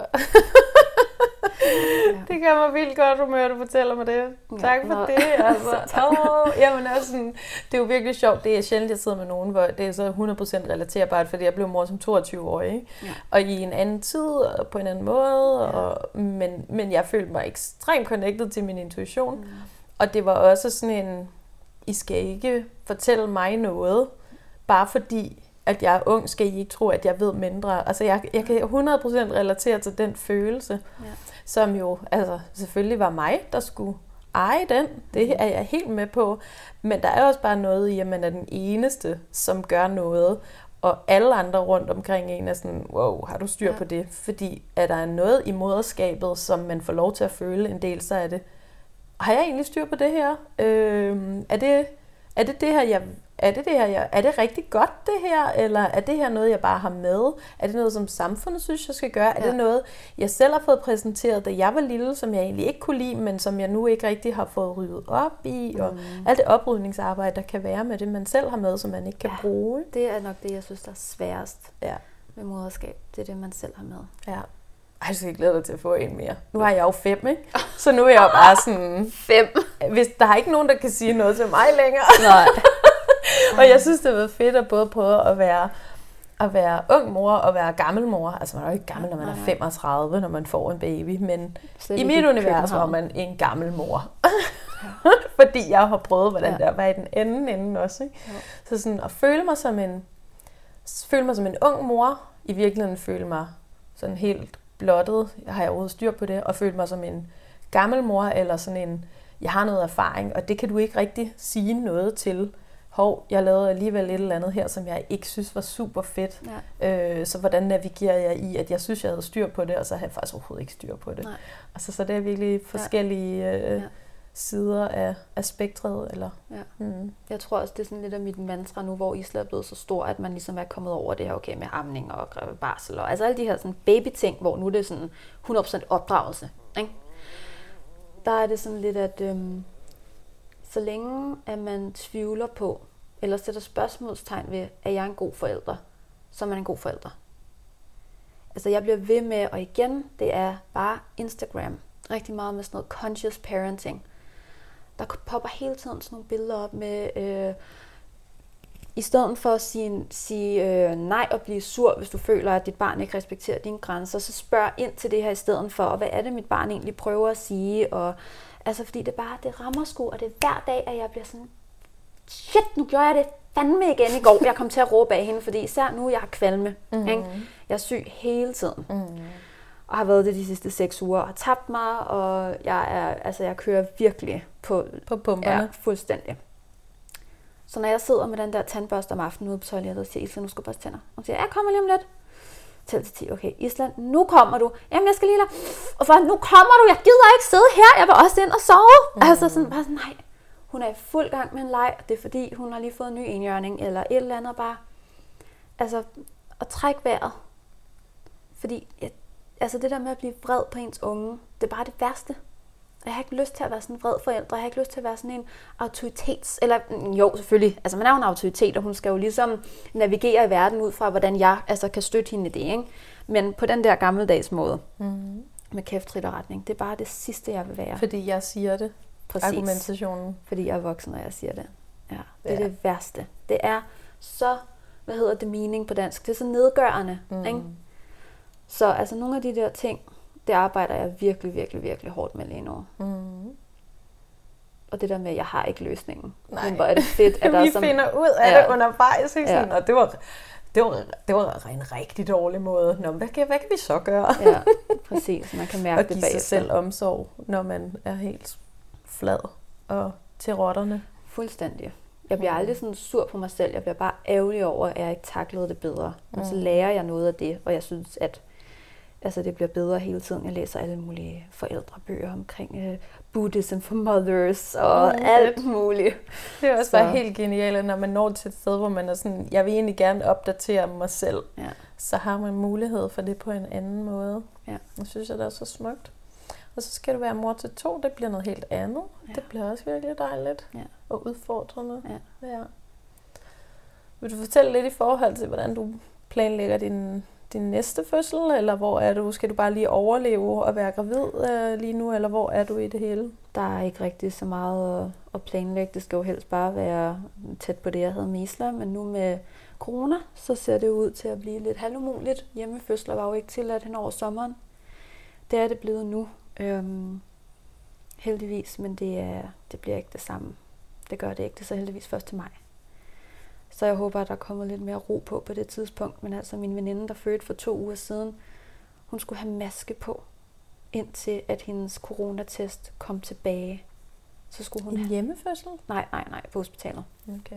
Ja. Det gør mig vildt godt humør, du fortæller mig det. Ja, tak for nå. det. Altså. oh, jamen, altså, sådan, det er jo virkelig sjovt. Det er sjældent, jeg sidder med nogen, hvor det er så hundrede procent relaterbart, fordi jeg blev mor som toogtyve-årig. Ja. Og i en anden tid, og på en anden måde. Ja. Og, men, men jeg følte mig ekstremt connected til min intuition. Mm. Og det var også sådan en, I skal ikke fortælle mig noget, bare fordi at jeg er ung, skal I ikke tro, at jeg ved mindre. Altså, jeg, jeg kan hundrede procent relatere til den følelse, ja. Som jo altså, selvfølgelig var mig, der skulle eje den. Det er jeg helt med på. Men der er også bare noget i, at man er den eneste, som gør noget, og alle andre rundt omkring en er sådan, wow, har du styr ja. på det? Fordi er der noget i moderskabet, som man får lov til at føle en del, så er det, har jeg egentlig styr på det her? Øh, er det er det det her, jeg Er det, det her, jeg, er det rigtig godt det her, eller er det her noget, jeg bare har med? Er det noget, som samfundet synes, jeg skal gøre? Ja. Er det noget, jeg selv har fået præsenteret, da jeg var lille, som jeg egentlig ikke kunne lide, men som jeg nu ikke rigtig har fået ryddet op i? Mm. Og alt det oprydningsarbejde, der kan være med det, man selv har med, som man ikke kan ja, bruge. Det er nok det, jeg synes, der er sværest ja. med moderskab. Det er det, man selv har med. Ja. Ej, så jeg glæder dig til at få en mere. Nu har jeg jo fem, ikke? Så nu er jeg jo bare sådan... Fem? Hvis der er ikke nogen, der kan sige noget til mig længere. Nej. Og jeg synes, det har været fedt at både prøve at være, at være ung mor og være gammel mor. Altså man er jo ikke gammel, når man er femogtredive, når man får en baby. Men Slet i mit univers var man en gammel mor. Ja. Fordi jeg har prøvet, hvordan ja. det var i den anden ende også. Ikke? Ja. Så sådan at føle mig som en, føle mig som en ung mor, i virkeligheden føle mig sådan helt blottet. Jeg har overhovedet styr på det. Og føle mig som en gammel mor, eller sådan en, jeg har noget erfaring, og det kan du ikke rigtig sige noget til. Hov, jeg lavede alligevel et eller andet her, som jeg ikke synes var super fedt. Ja. Øh, så hvordan navigerer jeg i, at jeg synes, jeg havde styr på det, og så havde jeg faktisk overhovedet ikke styr på det. Nej. Altså, så det er virkelig forskellige øh, ja. sider af, af spektret. Eller, ja. mm. Jeg tror også, det er sådan lidt af mit mantra nu, hvor Isla er blevet så stor, at man ligesom er kommet over det her okay, med amning og barsel. Og, altså alle de her sådan baby-ting, hvor nu er det sådan hundrede procent opdragelse. Ikke? Der er det sådan lidt, at... Øhm, så længe at man tvivler på, eller sætter spørgsmålstegn ved, at jeg er en god forælder, så er man en god forælder. Altså jeg bliver ved med, og igen, det er bare Instagram. Rigtig meget med sådan noget conscious parenting. Der popper hele tiden sådan nogle billeder op med, øh, i stedet for at sige, sige øh, nej og blive sur, hvis du føler, at dit barn ikke respekterer dine grænser, så spørg ind til det her i stedet for, og hvad er det, mit barn egentlig prøver at sige, og altså fordi det bare, det rammer sgu, og det er hver dag, at jeg bliver sådan, shit, nu gjorde jeg det fandme igen i går. Jeg kom til at råbe af hende, fordi især nu, jeg har kvalme. Mm-hmm. Ikke? Jeg er syg hele tiden. Mm-hmm. Og har været det de sidste seks uger, og har tabt mig, og jeg er, altså jeg kører virkelig på, på pumperne. Ja, fuldstændig. Så når jeg sidder med den der tandbørste om aftenen ude på toilettet, og siger, Isla, nu skal du børste tænder. Og siger, jeg kommer lige om lidt. Tæl til ti, okay, Isla, nu kommer du. Jamen, jeg skal lige lade. Og for nu kommer du, jeg gider ikke sidde her, jeg vil også ind og sove. Mm. Altså sådan, bare sådan, nej. Hun er i fuld gang med en leg, det er fordi, hun har lige fået en ny enhjørning, eller et eller andet bare. Altså, at trække vejret. Fordi, jeg, altså det der med at blive vred på ens unge, det er bare det værste. Jeg har ikke lyst til at være sådan en vred forældre. Jeg har ikke lyst til at være sådan en autoritets... Eller jo, selvfølgelig. Altså, man er jo en autoritet, og hun skal jo ligesom navigere i verden ud fra, hvordan jeg altså, kan støtte hende i det, ikke? Men på den der gammeldags måde, mm. med kæft, trit og retning, det er bare det sidste, jeg vil være. Fordi jeg siger det. Præcis. Argumentationen. Fordi jeg er voksen, når jeg siger det. Ja, det ja. er det værste. Det er så, hvad hedder det, mening på dansk? Det er så nedgørende, mm. ikke? Så altså nogle af de der ting, det arbejder jeg virkelig, virkelig, virkelig hårdt med lige nu. Mm. Og det der med, at jeg har ikke løsningen. Nej. Men hvor er det fedt, at der vi er som... finder ud af ja. det undervejs, ikke? Ja. Og det var, det, var, det var en rigtig dårlig måde. Nå, hvad kan, hvad kan vi så gøre? Ja, præcis. Man kan mærke og det give bagefter. sig selv omsorg, når man er helt flad og til rotterne. Fuldstændig. Jeg bliver aldrig sådan sur på mig selv. Jeg bliver bare ærgerlig over, at jeg ikke taklede det bedre. Og Mm. så lærer jeg noget af det, og jeg synes, at altså, det bliver bedre hele tiden. Jeg læser alle mulige forældrebøger omkring uh, Buddhism for mothers og Mm, alt fedt. muligt. Det er også Så- bare helt genialt, når man når til et sted, hvor man er sådan, jeg vil egentlig gerne opdatere mig selv. Ja. Så har man mulighed for det på en anden måde. Ja. Jeg synes, at det er så smukt. Og så skal du være mor til to, det bliver noget helt andet. Ja. Det bliver også virkelig dejligt Ja. og udfordrende. Ja. Ja. Vil du fortælle lidt i forhold til, hvordan du planlægger din, din næste fødsel, eller hvor er du? Skal du bare lige overleve og være gravid øh, lige nu, eller hvor er du i det hele? Der er ikke rigtig så meget at, at planlægge. Det skal jo helst bare være tæt på det, jeg havde med Isla. Men nu med corona, så ser det ud til at blive lidt halvumuligt. Hjemmefødsler var jo ikke tilladt hen over sommeren. Det er det blevet nu. Øhm, heldigvis, men det, er, det bliver ikke det samme. Det gør det ikke. Det er så heldigvis først til maj. Så jeg håber, at der kommer lidt mere ro på på det tidspunkt. Men altså min veninde, der fødte for to uger siden, hun skulle have maske på, indtil at hendes coronatest kom tilbage. Så skulle hun En have... hjemmefødsel? Nej, nej, nej, på hospitalet. Okay.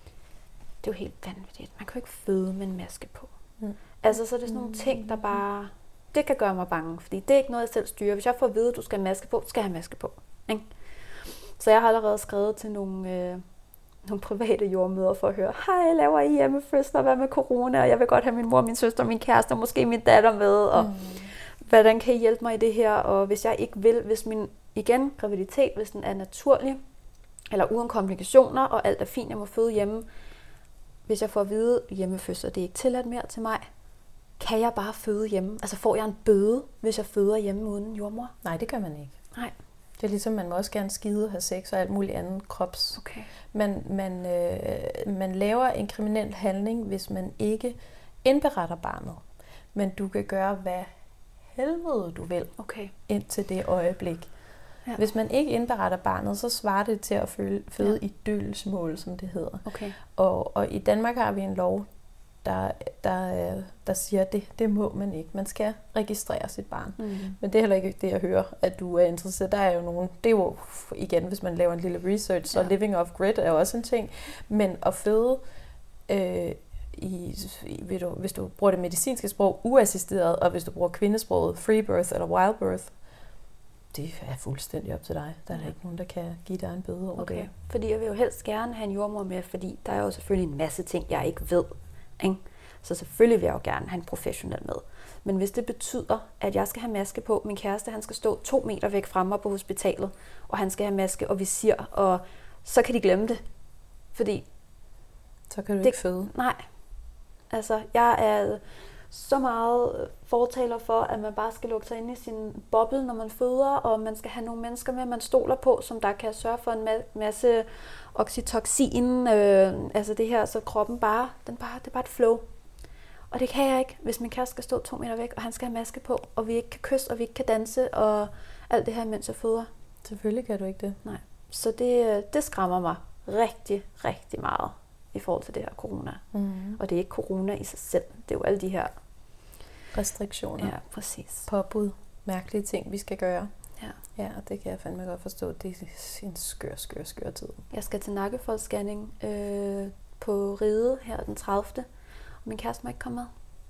Det er jo helt vanvittigt. Man kan jo ikke føde med en maske på. Mm. Altså, så er det sådan nogle ting, der bare... Det kan gøre mig bange, fordi det er ikke noget, jeg selv styrer. Hvis jeg får at vide, at du skal have maske på, skal jeg have maske på. Ikke? Så jeg har allerede skrevet til nogle, øh, nogle private jordmøder for at høre, hej, laver I hjemmefødsler, hvad med corona? Og jeg vil godt have min mor, min søster, min kæreste og måske min datter med. Og Mm. hvordan kan I hjælpe mig i det her? Og hvis jeg ikke vil, hvis min, igen, graviditet, hvis den er naturlig, eller uden komplikationer, og alt er fint, jeg må føde hjemme. Hvis jeg får at vide, hjemmefødsler, det er ikke tilladt mere til mig, kan jeg bare føde hjemme? Altså får jeg en bøde, hvis jeg føder hjemme uden jordmor? Nej, det gør man ikke. Nej. Det er ligesom, man må også gerne skide og have sex og alt muligt andet krops. Okay. Man, man, øh, man laver en kriminel handling, hvis man ikke indberetter barnet. Men du kan gøre, hvad helvede du vil, Okay. indtil det øjeblik. Ja. Hvis man ikke indberetter barnet, så svarer det til at føde, føde Ja. i dølgsmål, som det hedder. Okay. Og, og i Danmark har vi en lov, der, der, øh, der siger, at det, det må man ikke. Man skal registrere sit barn. Mm. Men det er heller ikke det, jeg hører, at du er interesseret. Der er jo nogen, det er jo igen, hvis man laver en lille research, så Ja. living off grid er jo også en ting. Men at føde, øh, i, i, ved du, hvis du bruger det medicinske sprog, uassisteret, og hvis du bruger kvindesproget, free birth eller wild birth, det er fuldstændig op til dig. Der er der Ja. ikke nogen, der kan give dig en bøde over Okay. det. Fordi jeg vil jo helst gerne have en jordmor med, fordi der er jo selvfølgelig en masse ting, jeg ikke ved. Ikke? Så selvfølgelig vil jeg jo gerne have en professionel med. Men hvis det betyder, at jeg skal have maske på, min kæreste han skal stå to meter væk fra mig på hospitalet, og han skal have maske og visir, og så kan de glemme det. Fordi, Så kan du Det- ikke føde. nej, altså jeg er så meget fortaler for, at man bare skal lukke sig ind i sin boble, når man føder, og man skal have nogle mennesker med, man stoler på, som der kan sørge for en ma- masse oxytocin, øh, altså det her, så kroppen bare, den bare, det er bare et flow. Og det kan jeg ikke, hvis min kæreste skal stå to meter væk, og han skal have maske på, og vi ikke kan kysse, og vi ikke kan danse, og alt det her, mens jeg føder. Selvfølgelig kan du ikke det. Nej. Så det, det skræmmer mig rigtig, rigtig meget i forhold til det her corona. Mm. Og det er ikke corona i sig selv, det er jo alle de her... Restriktioner. Ja, præcis. Påbud. Mærkelige ting, vi skal gøre. Ja. Ja, det kan jeg fandme godt forstå. Det er en skør, skør, skør tid. Jeg skal til nakkefoldsscanning øh, på Ride her den tredivte Og min kæreste må ikke komme med.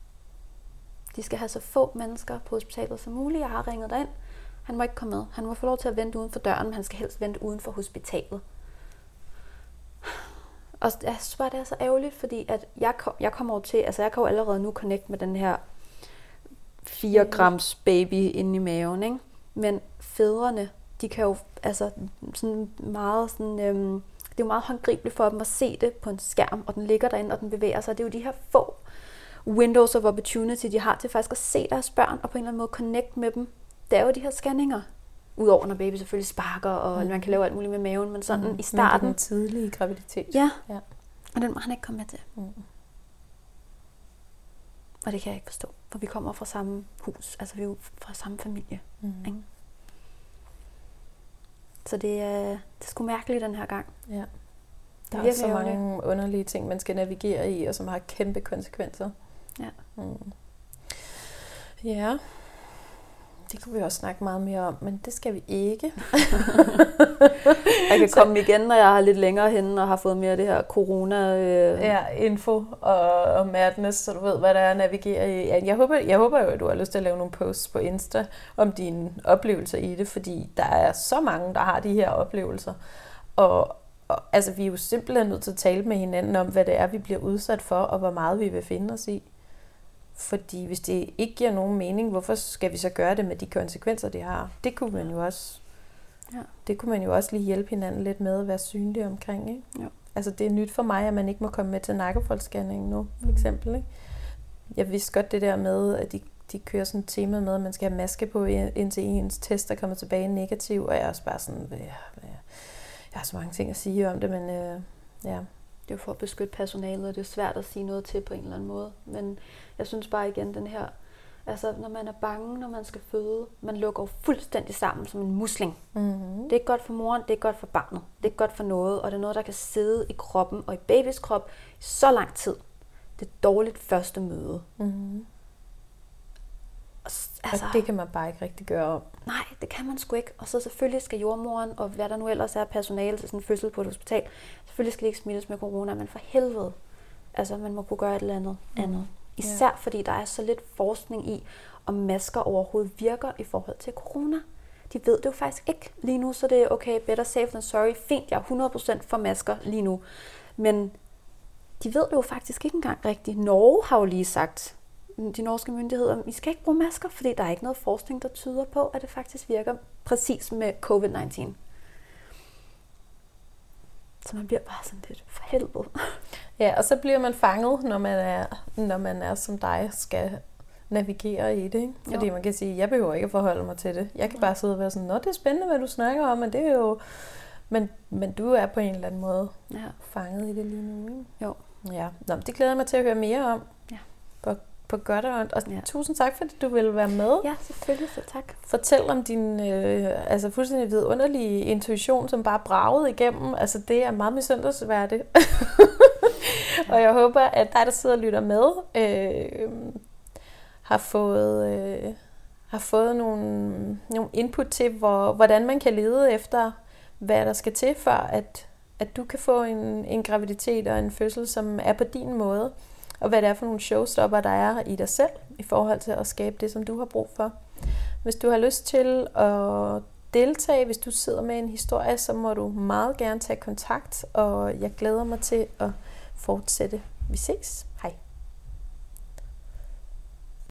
De skal have så få mennesker på hospitalet som muligt. Jeg har ringet derind. Han må ikke komme med. Han må få lov til at vente uden for døren, men han skal helst vente uden for hospitalet. Og jeg synes bare, det er så ærgerligt, fordi at jeg, kom, jeg kommer over til, altså jeg kan jo allerede nu connect med den her fire grams baby inde i maven, ikke? Men fædrene, de kan jo altså sådan meget sådan, øhm, det er jo meget håndgribeligt for dem at se det på en skærm, og den ligger derinde, og den bevæger sig. Det er jo de her få windows of opportunity, de har til faktisk at se deres børn, og på en eller anden måde connect med dem, det er jo de her scanninger. Udover når baby selvfølgelig sparker, og mm. man kan lave alt muligt med maven, men sådan mm. i starten. Men den tidlige graviditet. Ja. ja, og den må han ikke komme med til. Mm. Og det kan jeg ikke forstå, for vi kommer fra samme hus, altså vi er jo fra samme familie. Mm. Ikke? Så det er, det er sgu mærkeligt den her gang. Ja. Der er så mange det. underlige ting, man skal navigere i, og som har kæmpe konsekvenser. Ja. Mm. Ja. Det kunne vi også snakke meget mere om, men det skal vi ikke. Jeg kan komme igen, når jeg er lidt længere henne og har fået mere af det her corona... Øh... Ja, info og, og madness, så du ved, hvad der er at navigere i. Jeg håber, jeg håber jo, at du har lyst til at lave nogle posts på Insta om dine oplevelser i det, fordi der er så mange, der har de her oplevelser. Og, og altså, vi er jo simpelthen nødt til at tale med hinanden om, hvad det er, vi bliver udsat for, og hvor meget vi vil finde os i. Fordi hvis det ikke giver nogen mening, hvorfor skal vi så gøre det med de konsekvenser, det har? Det kunne man jo også, ja. det kunne man jo også lige hjælpe hinanden lidt med at være synlig omkring. Ikke? Ja. Altså det er nyt for mig, at man ikke må komme med til nakkefoldsscanning nu, for eksempel. Ikke? Jeg vidste godt det der med, at de, de kører sådan et tema med, at man skal have maske på, indtil ens test er kommet tilbage negativ, og jeg er også bare sådan, ja, jeg har så mange ting at sige om det, men øh, ja... Det er jo for at beskytte personalet, og det er svært at sige noget til på en eller anden måde. Men jeg synes bare igen, den her, altså når man er bange, når man skal føde, man lukker jo fuldstændig sammen som en musling. Mm-hmm. Det er ikke godt for moren, det er ikke godt for barnet, det er ikke godt for noget, og det er noget, der kan sidde i kroppen og i babys krop i så lang tid. Det er et dårligt første møde. Mm-hmm. Altså, og det kan man bare ikke rigtig gøre om. Nej, det kan man sgu ikke. Og så selvfølgelig skal jordmoren, og hvad der nu ellers er personale til sådan en fødsel på et hospital, selvfølgelig skal det ikke smittes med corona, men for helvede. Altså, man må kunne gøre et eller andet mm. andet. Især ja. fordi der er så lidt forskning i, om masker overhovedet virker i forhold til corona. De ved det jo faktisk ikke lige nu, så det er okay, better safe than sorry. Fint, jeg er hundrede procent for masker lige nu. Men de ved det jo faktisk ikke engang rigtigt. Norge har jo lige sagt, de norske myndigheder, I skal ikke bruge masker, fordi der er ikke noget forskning, der tyder på, at det faktisk virker præcis med covid nitten. Så man bliver bare sådan lidt for helvede. Ja, og så bliver man fanget, når man er, når man er som dig, skal navigere i det. Ikke? Fordi jo. Man kan sige, jeg behøver ikke at forholde mig til det. Jeg kan bare sidde og være sådan, nå, det er spændende, hvad du snakker om, men det er jo... Men, men du er på en eller anden måde ja. fanget i det lige nu. Ikke? Jo. Ja, nå, det glæder jeg mig til at høre mere om. Ja. På, på godt og ondt. Og ja. tusind tak, fordi du ville være med. Ja, selvfølgelig. Så tak. Fortæl om din øh, altså fuldstændig vidunderlige intuition, som bare bragede igennem. Altså, det er meget misundselsværdigt. ja. Og jeg håber, at dig, der sidder og lytter med, øh, har fået... Øh, har fået nogle, nogle input til, hvor, hvordan man kan lede efter, hvad der skal til, for at, at du kan få en, en graviditet og en fødsel, som er på din måde, og hvad det er for nogle showstopper, der er i dig selv, i forhold til at skabe det, som du har brug for. Hvis du har lyst til at deltage, hvis du sidder med en historie, så må du meget gerne tage kontakt, og jeg glæder mig til at fortsætte. Vi ses!